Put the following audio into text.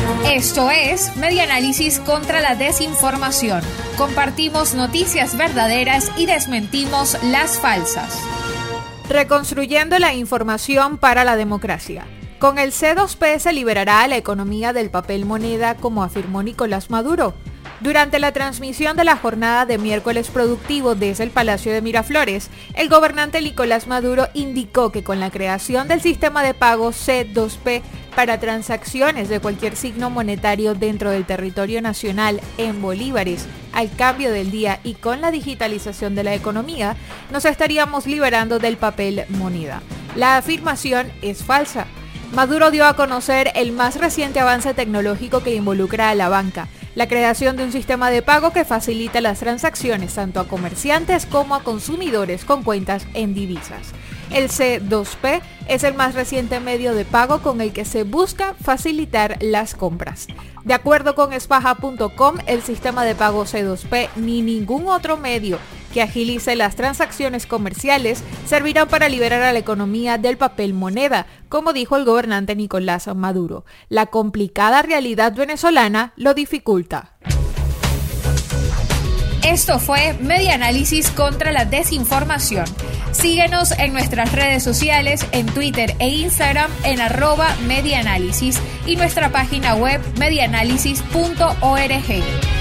Esto es Medianálisis contra la desinformación. Compartimos noticias verdaderas y desmentimos las falsas. Reconstruyendo la información para la democracia. Con el C2P se liberará la economía del papel moneda, como afirmó Nicolás Maduro. Durante la transmisión de la jornada de miércoles productivo desde el Palacio de Miraflores, el gobernante Nicolás Maduro indicó que con la creación del sistema de pago C2P para transacciones de cualquier signo monetario dentro del territorio nacional en bolívares al cambio del día y con la digitalización de la economía, nos estaríamos liberando del papel moneda. La afirmación es falsa. Maduro dio a conocer el más reciente avance tecnológico que involucra a la banca, la creación de un sistema de pago que facilita las transacciones tanto a comerciantes como a consumidores con cuentas en divisas. El C2P es el más reciente medio de pago con el que se busca facilitar las compras. De acuerdo con Espaja.com, el sistema de pago C2P ni ningún otro medio que agilice las transacciones comerciales servirán para liberar a la economía del papel moneda, como dijo el gobernante Nicolás Maduro. La complicada realidad venezolana lo dificulta. Esto fue Medianálisis contra la desinformación. Síguenos en nuestras redes sociales, en Twitter e Instagram en @Medianálisis y nuestra página web medianálisis.org.